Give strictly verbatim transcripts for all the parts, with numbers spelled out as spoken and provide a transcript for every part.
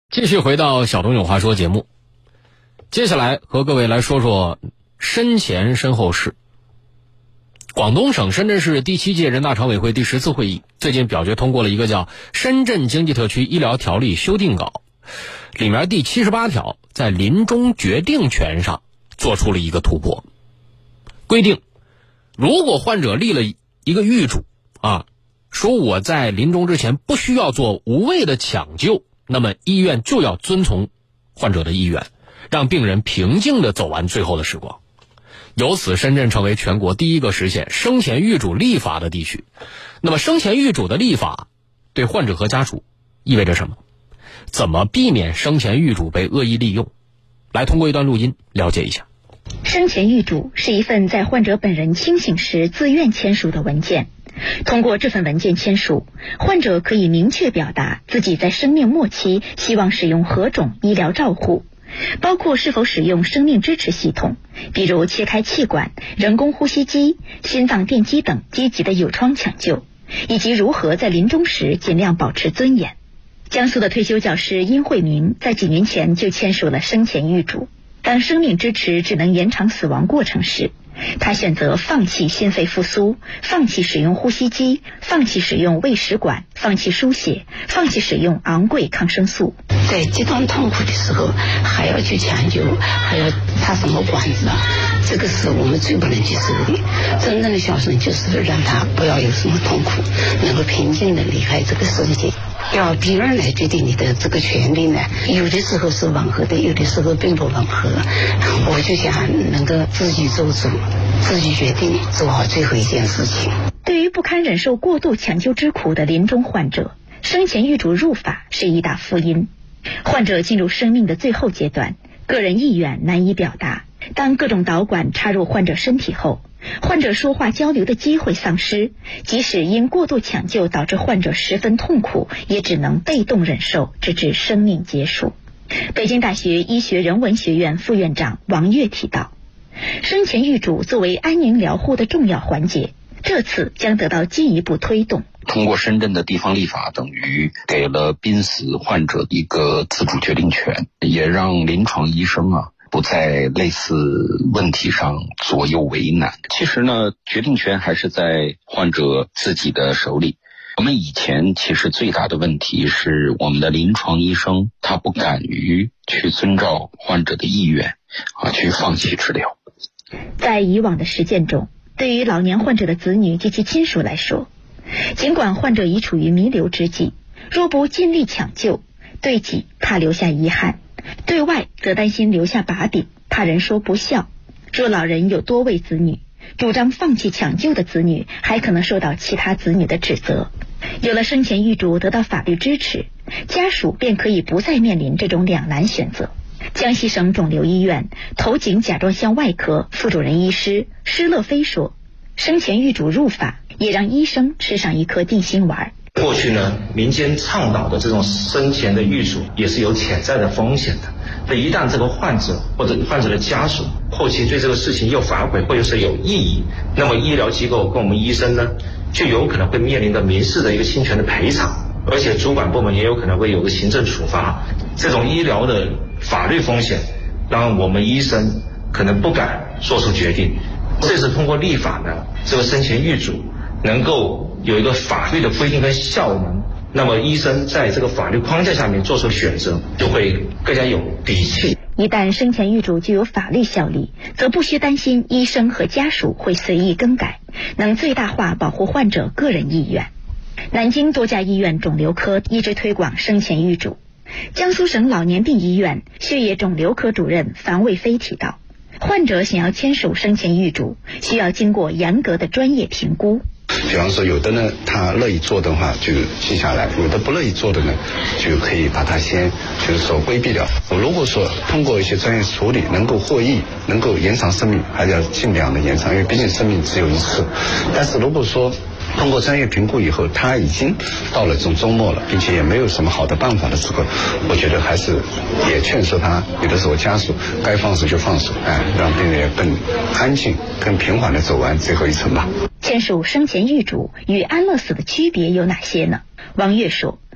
继续回到小东有话说节目，接下来和各位来说说身前身后事。广东省深圳市第七届人大常委会第十次会议最近表决通过了一个叫《深圳经济特区医疗条例修订稿》，里面第七十八条在临终决定权上做出了一个突破，规定如果患者立了一个预嘱啊，说我在临终之前不需要做无谓的抢救，那么医院就要遵从患者的意愿，让病人平静地走完最后的时光。由此，深圳成为全国第一个实现生前预嘱立法的地区。那么生前预嘱的立法对患者和家属意味着什么？怎么避免生前预嘱被恶意利用？来通过一段录音了解一下。 生前预嘱是一份在患者本人清醒时自愿签署的文件。通过这份文件签署，患者可以明确表达自己在生命末期希望使用何种医疗照护，包括是否使用生命支持系统，比如切开气管、人工呼吸机、心脏电击等积极的有创抢救，以及如何在临终时尽量保持尊严。江苏的退休教师殷慧明在几年前就签署了生前预嘱，当生命支持只能延长死亡过程时，他选择放弃心肺复苏，放弃使用呼吸机，放弃使用胃食管，放弃输血，放弃使用昂贵抗生素。 在极端痛苦的时候还要去抢救，还要插什么管子啊，这个是我们最不能接受的。真正的孝顺就是让他不要有什么痛苦，能够平静地离开这个世界。要别人来决定你的这个权利呢，有的时候是吻合的，有的时候并不吻合。我就想能够自己做主，自己决定，做好最后一件事情。 对于不堪忍受过度抢救之苦的临终患者，生前预嘱入法是一大福音。患者进入生命的最后阶段，个人意愿难以表达，当各种导管插入患者身体后，患者说话交流的机会丧失，即使因过度抢救导致患者十分痛苦，也只能被动忍受，直至生命结束。北京大学医学人文学院副院长王悦提到，生前预嘱作为安宁疗护的重要环节，这次将得到进一步推动。 通过深圳的地方立法，等于给了濒死患者一个自主决定权，也让临床医生啊不在类似问题上左右为难。其实呢，决定权还是在患者自己的手里。我们以前其实最大的问题是我们的临床医生他不敢于去遵照患者的意愿啊去放弃治疗。 在以往的实践中，对于老年患者的子女及其亲属来说，尽管患者已处于弥留之际，若不尽力抢救，对己怕留下遗憾，对外则担心留下把柄，怕人说不孝。若老人有多位子女，主张放弃抢救的子女还可能受到其他子女的指责。有了生前预嘱得到法律支持，家属便可以不再面临这种两难选择。江西省肿瘤医院头颈甲状腺外科副主任医师施乐飞说，生前预嘱入法也让医生吃上一颗定心丸。 过去呢，民间倡导的这种生前的预嘱也是有潜在的风险的。那一旦这个患者或者患者的家属后期对这个事情又反悔或者是有异议，那么医疗机构跟我们医生呢，就有可能会面临的民事的一个侵权的赔偿，而且主管部门也有可能会有个行政处罚。这种医疗的法律风险让我们医生可能不敢做出决定。这次通过立法呢，这个生前预嘱能够有一个法律的规定跟效能，那么医生在这个法律框架下面做出选择就会更加有底气。 一旦生前预嘱具有法律效力，则不需担心医生和家属会随意更改，能最大化保护患者个人意愿。南京多家医院肿瘤科一直推广生前预嘱。江苏省老年病医院血液肿瘤科主任樊卫飞提到，患者想要签署生前预嘱，需要经过严格的专业评估。 比方说有的呢他乐意做的话就记下来，有的不乐意做的呢就可以把它先就是说规避掉。如果说通过一些专业处理能够获益，能够延长生命，还是要尽量的延长，因为毕竟生命只有一次。但是如果说通过专业评估以后他已经到了这种周末了，并且也没有什么好的办法的时候，我觉得还是也劝说他有的时候家属该放手就放手，哎，让病人更安静更平缓的走完最后一程吧。 签署生前预嘱与安乐死的区别有哪些呢？王悦说，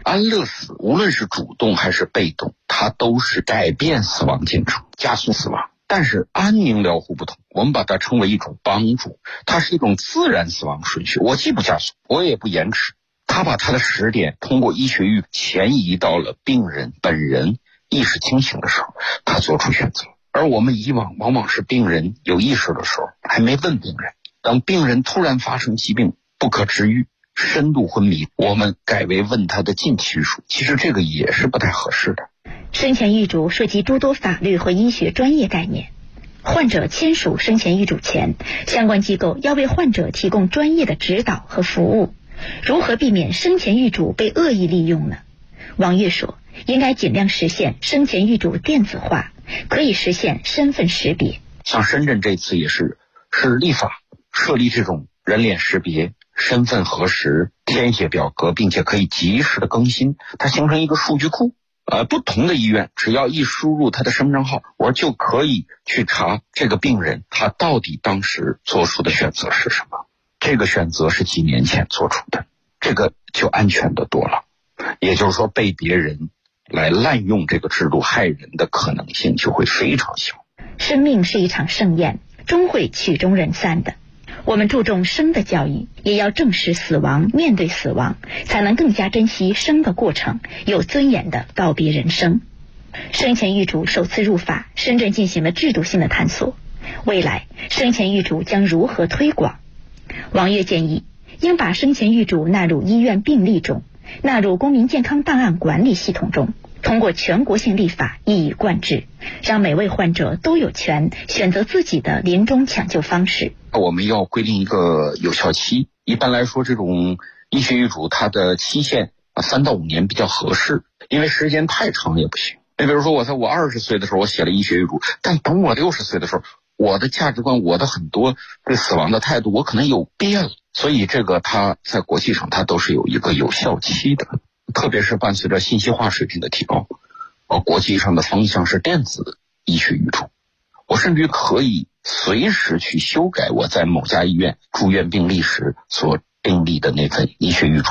安乐死无论是主动还是被动，它都是改变死亡进程，加速死亡。但是安宁疗护不同，我们把它称为一种帮助，它是一种自然死亡顺序，我既不加速，我也不延迟。它把它的时点通过医学预前移到了病人本人意识清醒的时候，他做出选择。而我们以往往往是病人有意识的时候还没问病人，当病人突然发生疾病不可治愈，深度昏迷，我们改为问他的近亲属，其实这个也是不太合适的。 生前预嘱涉及诸多法律和医学专业概念，患者签署生前预嘱前，相关机构要为患者提供专业的指导和服务。如何避免生前预嘱被恶意利用呢？王悦说，应该尽量实现生前预嘱电子化，可以实现身份识别。 像深圳这次也是是立法设立这种人脸识别、身份核实、填写表格，并且可以及时的更新，它形成一个数据库。呃，不同的医院只要一输入他的身份证号，我就可以去查这个病人他到底当时做出的选择是什么。这个选择是几年前做出的，这个就安全的多了。也就是说，被别人来滥用这个制度害人的可能性就会非常小。 生命是一场盛宴，终会曲终人散的。我们注重生的教育，也要正视死亡，面对死亡，才能更加珍惜生的过程，有尊严的告别人生。生前预嘱首次入法，深圳进行了制度性的探索。未来生前预嘱将如何推广？王悦建议，应把生前预嘱纳入医院病历中，纳入公民健康档案管理系统中，通过全国性立法一以贯之，让每位患者都有权选择自己的临终抢救方式。 我们要规定一个有效期，一般来说这种医学预嘱它的期限三到五年比较合适，因为时间太长也不行。你比如说我在我二十岁的时候我写了医学预嘱，但等我六十岁的时候，我的价值观，我的很多对死亡的态度我可能有变了，所以这个它在国际上它都是有一个有效期的。特别是伴随着信息化水平的提高，而国际上的方向是电子医学预嘱，我甚至可以随时去修改我在某家医院住院病历时所订立的那份医学预嘱。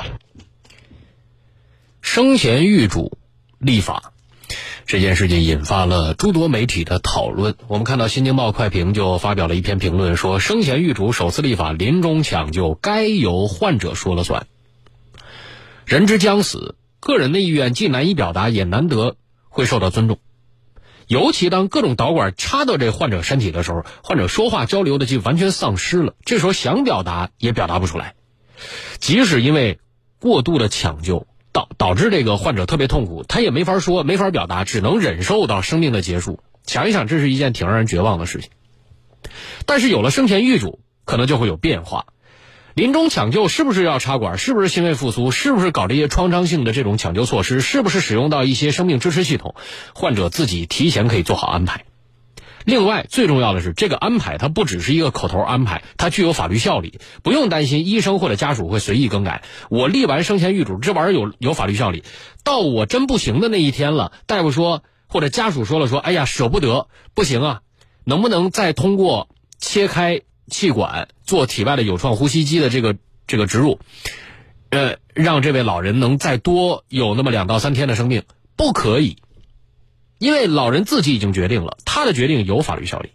生前预嘱立法这件事情引发了诸多媒体的讨论。我们看到新京报快评就发表了一篇评论，说生前预嘱首次立法，临终抢救该由患者说了算。人之将死，个人的意愿既难以表达，也难得会受到尊重。尤其当各种导管插到这患者身体的时候，患者说话交流的就完全丧失了，这时候想表达也表达不出来。即使因为过度的抢救导导致这个患者特别痛苦，他也没法说，没法表达，只能忍受到生命的结束。想一想，这是一件挺让人绝望的事情。但是有了生前预嘱，可能就会有变化。临终抢救是不是要插管，是不是心肺复苏，是不是搞这些创伤性的这种抢救措施，是不是使用到一些生命支持系统，患者自己提前可以做好安排。另外最重要的是，这个安排它不只是一个口头安排，它具有法律效力，不用担心医生或者家属会随意更改。我立完生前预嘱，这玩意儿有有法律效力，到我真不行的那一天了，大夫说或者家属说了说，哎呀舍不得，不行啊，能不能再通过切开气管做体外的有创呼吸机的这个这个植入，呃，让这位老人能再多有那么两到三天的生命？不可以，因为老人自己已经决定了，他的决定有法律效力，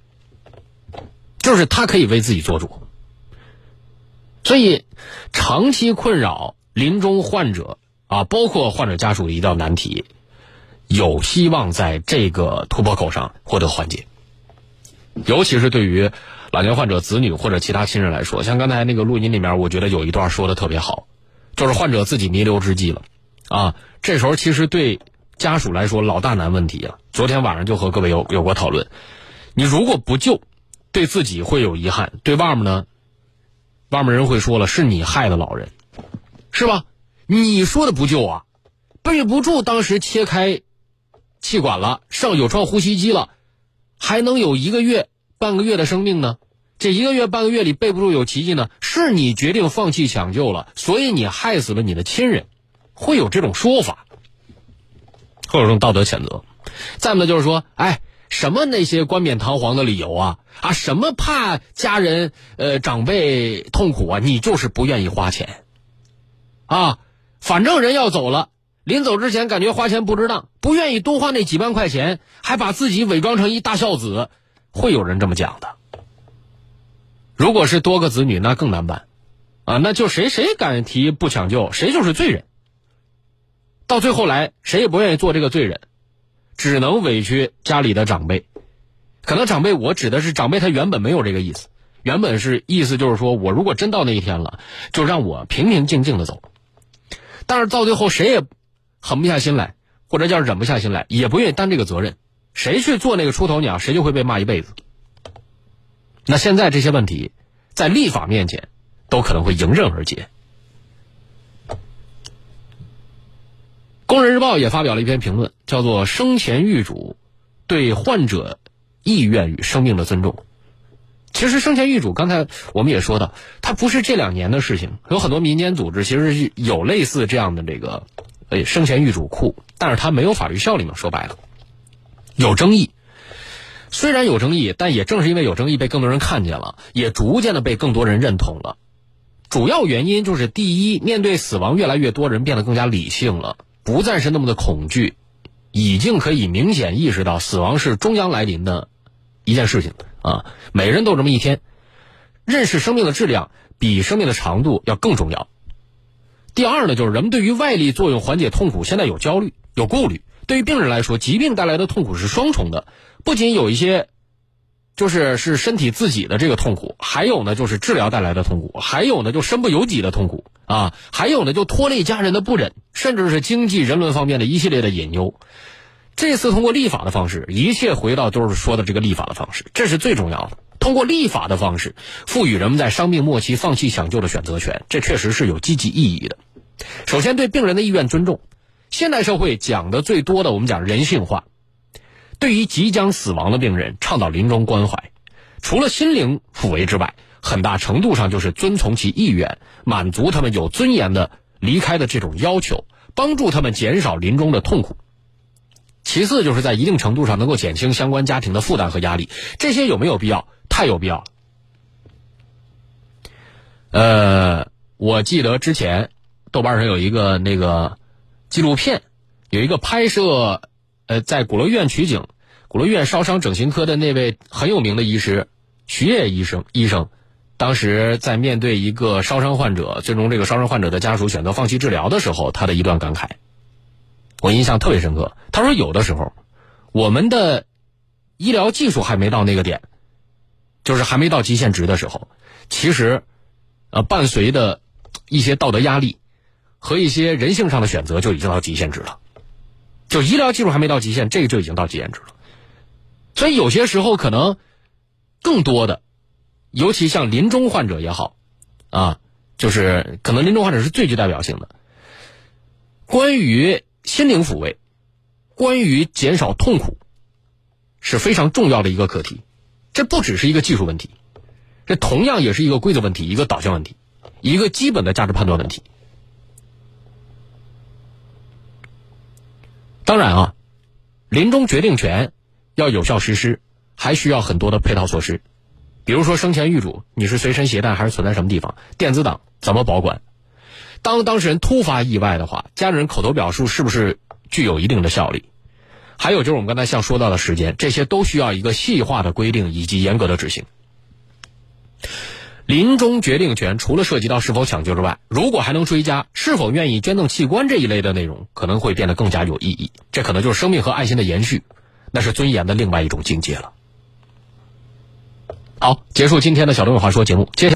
就是他可以为自己做主。所以长期困扰临终患者啊，包括患者家属的一道难题，有希望在这个突破口上获得缓解。尤其是对于老年患者子女或者其他亲人来说，像刚才那个录音里面，我觉得有一段说的特别好，就是患者自己弥留之际了啊，这时候其实对家属来说老大难问题了。昨天晚上就和各位有有过讨论，你如果不救，对自己会有遗憾，对外面呢，外面人会说了，是你害的老人，是吧？你说的不救啊，备不住当时切开气管了，上有创呼吸机了，还能有一个月半个月的生命呢？这一个月半个月里备不住有奇迹呢？是你决定放弃抢救了，所以你害死了你的亲人，会有这种说法，会有这种道德谴责。再么呢就是说，哎，什么那些冠冕堂皇的理由啊啊，什么怕家人呃长辈痛苦啊，你就是不愿意花钱啊反正人要走了，临走之前感觉花钱不值当，不愿意多花那几万块钱，还把自己伪装成一大孝子，会有人这么讲的。如果是多个子女，那更难办啊，那就谁谁敢提不抢救，谁就是罪人。到最后来，谁也不愿意做这个罪人，只能委屈家里的长辈。可能长辈，我指的是长辈，他原本没有这个意思，原本是意思就是说，我如果真到那一天了，就让我平平静静的走。但是到最后谁也狠不下心来，或者叫忍不下心来，也不愿意担这个责任，谁去做那个出头鸟，谁就会被骂一辈子。那现在这些问题在立法面前都可能会迎刃而解。工人日报也发表了一篇评论，叫做生前预嘱对患者意愿与生命的尊重。其实生前预嘱刚才我们也说到，它不是这两年的事情，有很多民间组织其实是有类似这样的这个呃生前预嘱库，但是它没有法律效力嘛，说白了有争议。虽然有争议，但也正是因为有争议被更多人看见了，也逐渐的被更多人认同了。主要原因就是第一，面对死亡越来越多人变得更加理性了，不再是那么的恐惧，已经可以明显意识到死亡是终将来临的一件事情啊，每人都有这么一天，认识生命的质量比生命的长度要更重要。第二呢，就是人们对于外力作用缓解痛苦现在有焦虑有顾虑，对于病人来说，疾病带来的痛苦是双重的，不仅有一些就是是身体自己的这个痛苦，还有呢就是治疗带来的痛苦，还有呢就身不由己的痛苦啊，还有呢就拖累家人的不忍，甚至是经济人伦方面的一系列的隐忧。这次通过立法的方式，一切回到就是说的这个立法的方式，这是最重要的。通过立法的方式赋予人们在伤病末期放弃抢救的选择权，这确实是有积极意义的。首先对病人的意愿尊重，现代社会讲的最多的我们讲人性化，对于即将死亡的病人倡导临终关怀，除了心灵抚慰之外，很大程度上就是遵从其意愿，满足他们有尊严的离开的这种要求，帮助他们减少临终的痛苦。其次就是在一定程度上能够减轻相关家庭的负担和压力，这些有没有必要？太有必要了。呃，我记得之前豆瓣上有一个那个纪录片，有一个拍摄呃在鼓楼医院取景，鼓楼医院烧伤整形科的那位很有名的医师徐烨医生医生当时在面对一个烧伤患者，最终这个烧伤患者的家属选择放弃治疗的时候，他的一段感慨我印象特别深刻。他说有的时候我们的医疗技术还没到那个点，就是还没到极限值的时候，其实呃伴随的一些道德压力和一些人性上的选择就已经到极限值了。就医疗技术还没到极限，这个就已经到极限值了。所以有些时候可能更多的，尤其像临终患者也好啊，就是可能临终患者是最具代表性的，关于心灵抚慰，关于减少痛苦是非常重要的一个课题。这不只是一个技术问题，这同样也是一个规则问题，一个导向问题，一个基本的价值判断问题。当然啊，临终决定权要有效实施，还需要很多的配套措施。比如说生前预嘱，你是随身携带还是存在什么地方？电子档怎么保管？当当事人突发意外的话，家人口头表述是不是具有一定的效力？还有就是我们刚才像说到的时间，这些都需要一个细化的规定以及严格的执行。临终决定权除了涉及到是否抢救之外，如果还能追加是否愿意捐赠器官这一类的内容，可能会变得更加有意义。这可能就是生命和爱心的延续，那是尊严的另外一种境界了。好，结束今天的小东有话说节目，接下来